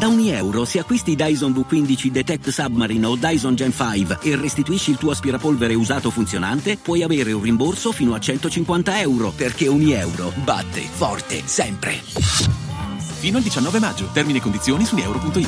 Da €1 se acquisti Dyson V15 Detect Submarine o Dyson Gen 5 e restituisci il tuo aspirapolvere usato funzionante, puoi avere un rimborso fino a €150, perché €1 batte forte sempre. Fino al 19 maggio. Termini e condizioni su euro.it.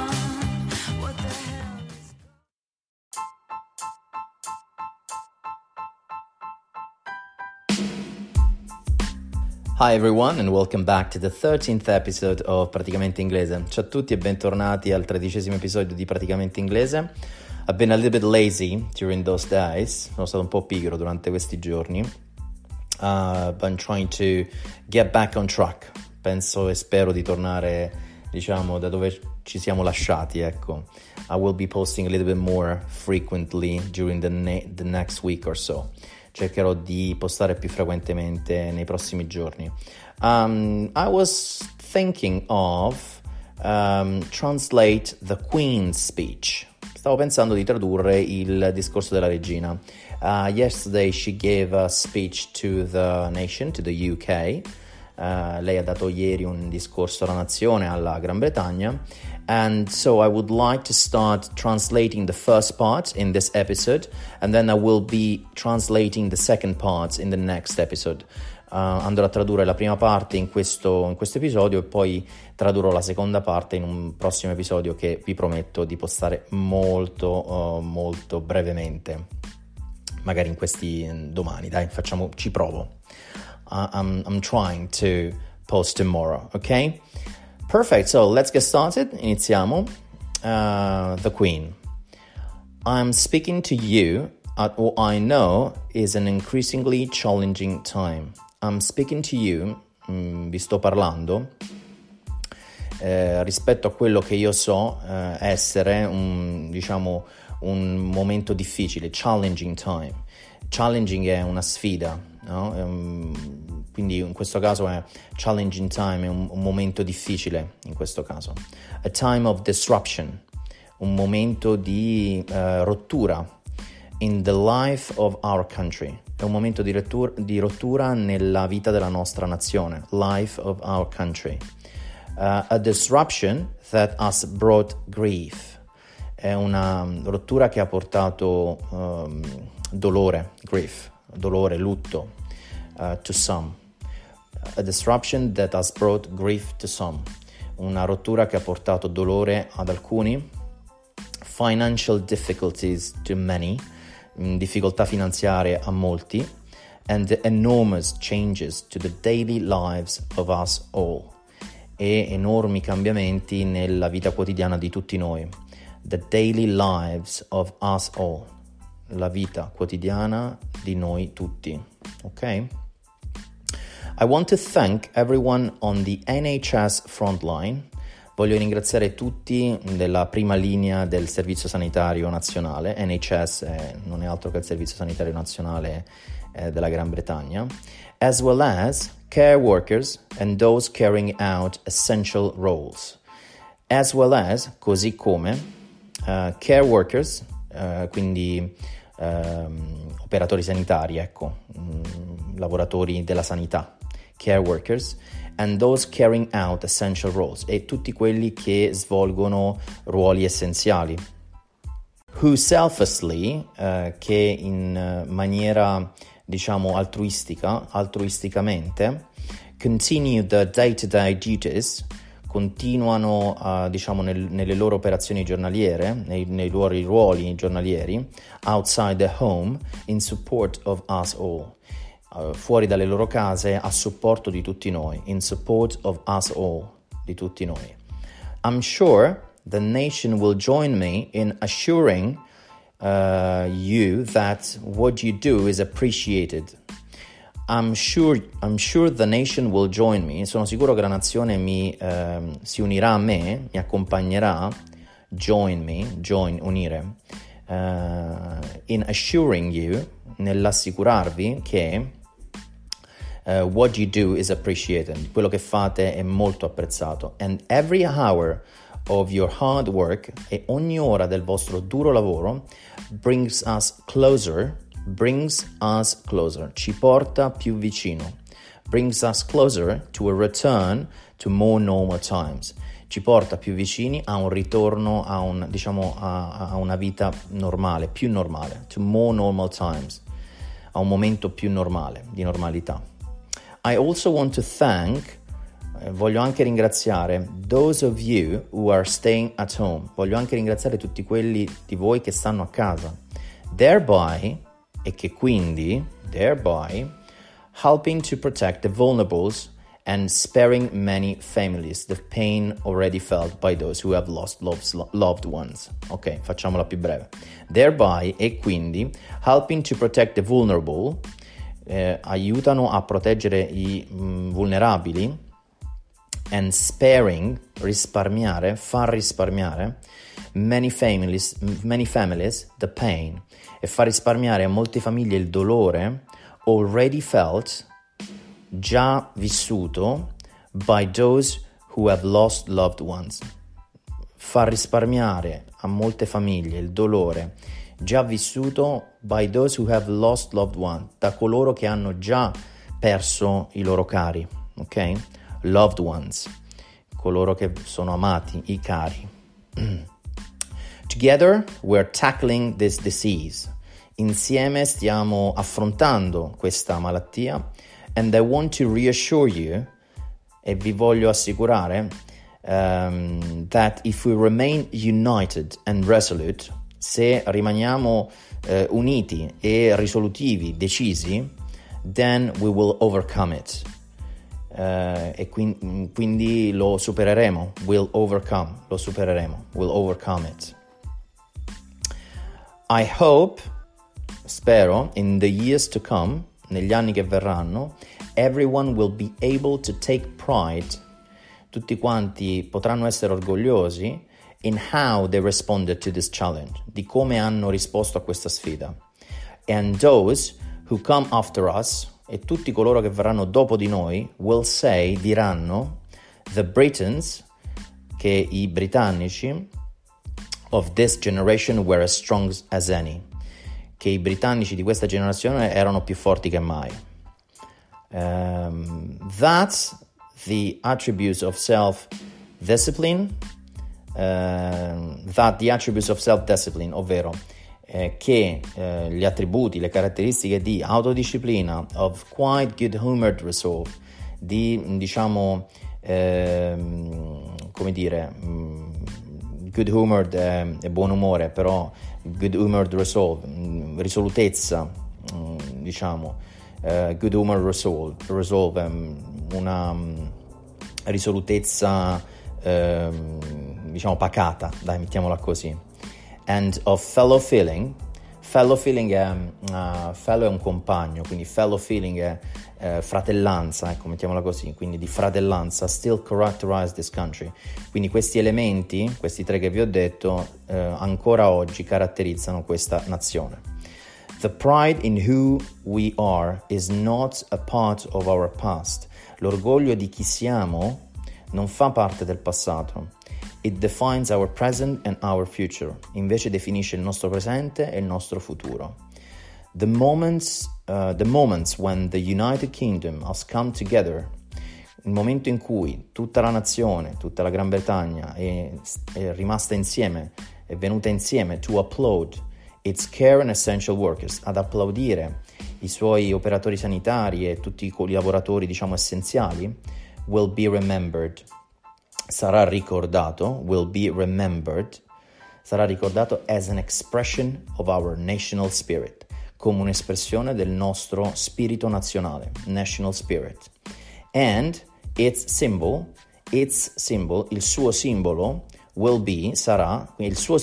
Hi everyone and welcome back to the 13th episode of Praticamente Inglese. Ciao a tutti e bentornati al 13° episodio di Praticamente Inglese. I've been a little bit lazy during those days. Sono stato un po' pigro durante questi giorni. But I'm trying to get back on track. Penso e spero di tornare, diciamo, da dove ci siamo lasciati, ecco. I will be posting a little bit more frequently during the next week or so. Cercherò di postare più frequentemente nei prossimi giorni. I was thinking of translate the Queen's speech. Stavo pensando di tradurre il discorso della regina. Yesterday she gave a speech to the nation, to the UK. Lei ha dato ieri un discorso alla nazione, alla Gran Bretagna. And so I would like to start translating the first part in this episode, and then I will be translating the second part in the next episode. Andrò a tradurre la prima parte in questo episodio e poi tradurrò la seconda parte in un prossimo episodio che vi prometto di postare molto brevemente. Magari in questi domani, dai, ci provo. I'm trying to post tomorrow, okay? Perfect, so let's get started. Iniziamo. The Queen. I'm speaking to you at what I know is an increasingly challenging time. I'm speaking to you, vi sto parlando, rispetto a quello che io so essere un momento difficile, challenging time. Challenging è una sfida, no? Quindi in questo caso è challenging time, è un momento difficile in questo caso. A time of disruption, un momento di rottura in the life of our country. È un momento di rottura nella vita della nostra nazione, life of our country. A disruption that has brought grief. È una rottura che ha portato dolore, grief, dolore, lutto, to some. A disruption that has brought grief to some. Una rottura che ha portato dolore ad alcuni. Financial difficulties to many. Difficoltà finanziarie a molti. And enormous changes to the daily lives of us all. E enormi cambiamenti nella vita quotidiana di tutti noi. The daily lives of us all. La vita quotidiana di noi tutti. Ok? I want to thank everyone on the NHS frontline. Voglio ringraziare tutti della prima linea del Servizio Sanitario Nazionale. NHS non è altro che il Servizio Sanitario Nazionale della Gran Bretagna. As well as care workers and those carrying out essential roles. As well as, così come, care workers, quindi operatori sanitari, ecco, lavoratori della sanità, care workers, and those carrying out essential roles, e tutti quelli che svolgono ruoli essenziali. Who selflessly, che in maniera, diciamo, altruisticamente, continue the day-to-day duties, continuano, diciamo, nelle loro operazioni giornaliere, nei loro ruoli giornalieri, outside the home, in support of us all. Fuori dalle loro case a supporto di tutti noi, in support of us all, di tutti noi. I'm sure the nation will join me in assuring you that what you do is appreciated. I'm sure the nation will join me. Sono sicuro che la nazione si unirà a me, mi accompagnerà, unire, in assuring you, nell'assicurarvi che what you do is appreciated, quello che fate è molto apprezzato, and every hour of your hard work, e ogni ora del vostro duro lavoro, brings us closer, ci porta più vicino, brings us closer to a return to more normal times. Ci porta più vicini a un ritorno a una vita normale, più normale, to more normal times, a un momento più normale, di normalità. I also want to thank, voglio anche ringraziare those of you who are staying at home. Voglio anche ringraziare tutti quelli di voi che stanno a casa. Thereby, e che quindi, thereby, helping to protect the vulnerables and sparing many families the pain already felt by those who have lost loved ones. Ok, facciamola più breve. Thereby, e quindi, helping to protect the vulnerable, aiutano a proteggere i vulnerabili, and sparing, risparmiare, far risparmiare, many families the pain, e far risparmiare a molte famiglie il dolore already felt, già vissuto, by those who have lost loved ones. Far risparmiare a molte famiglie il dolore già vissuto by those who have lost loved ones, da coloro che hanno già perso i loro cari, ok? Loved ones, coloro che sono amati, i cari. Together we're tackling this disease. Insieme stiamo affrontando questa malattia. And I want to reassure you, e vi voglio assicurare, that if we remain united and resolute, se rimaniamo uniti e risolutivi, decisi, then we will overcome it. E quindi lo supereremo. We'll overcome it. I hope, spero, in the years to come, negli anni che verranno, everyone will be able to take pride, tutti quanti potranno essere orgogliosi in how they responded to this challenge, di come hanno risposto a questa sfida. And those who come after us, e tutti coloro che verranno dopo di noi, will say, diranno, the Britons, che i britannici of this generation were as strong as any, che i britannici di questa generazione erano più forti che mai. That's the attributes of self-discipline, ovvero che gli attributi, le caratteristiche di autodisciplina, of quite good-humored resolve, di, diciamo, come dire, good-humored è buon umore, però good-humored resolve, risolutezza, diciamo, good-humored resolve, una risolutezza, diciamo, pacata, dai, mettiamola così. And of fellow feeling è fellow è un compagno, quindi fellow feeling è fratellanza, ecco, mettiamola così, quindi di fratellanza, still characterize this country. Quindi questi elementi, questi tre che vi ho detto, ancora oggi caratterizzano questa nazione. The pride in who we are is not a part of our past. L'orgoglio di chi siamo non fa parte del passato. It defines our present and our future. Invece definisce il nostro presente e il nostro futuro. The moments when the United Kingdom has come together, il momento in cui tutta la nazione, tutta la Gran Bretagna è rimasta insieme, è venuta insieme to applaud its care and essential workers, ad applaudire i suoi operatori sanitari e tutti i lavoratori, diciamo, essenziali, will be remembered. Sarà ricordato as an expression of our national spirit, come un'espressione del nostro spirito nazionale, national spirit. And its symbol, il suo simbolo, sarà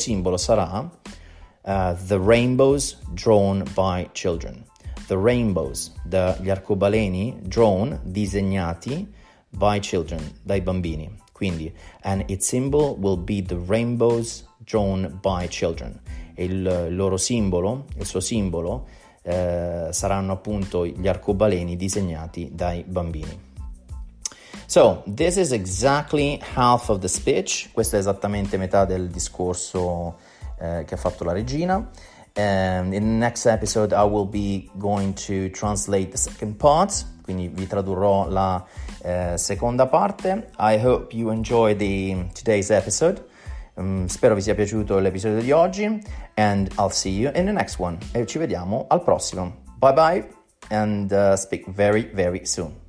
the rainbows drawn by children. The rainbows, gli arcobaleni drawn, disegnati, by children, dai bambini. Quindi, and its symbol will be the rainbows drawn by children. E il suo simbolo, saranno appunto gli arcobaleni disegnati dai bambini. So, this is exactly half of the speech. Questa è esattamente metà del discorso che ha fatto la regina. In the next episode I will be going to translate the second part, quindi vi tradurrò la seconda parte. I hope you enjoy today's episode. Spero vi sia piaciuto l'episodio di oggi, and I'll see you in the next one. E ci vediamo al prossimo. Bye bye, and speak very, very soon.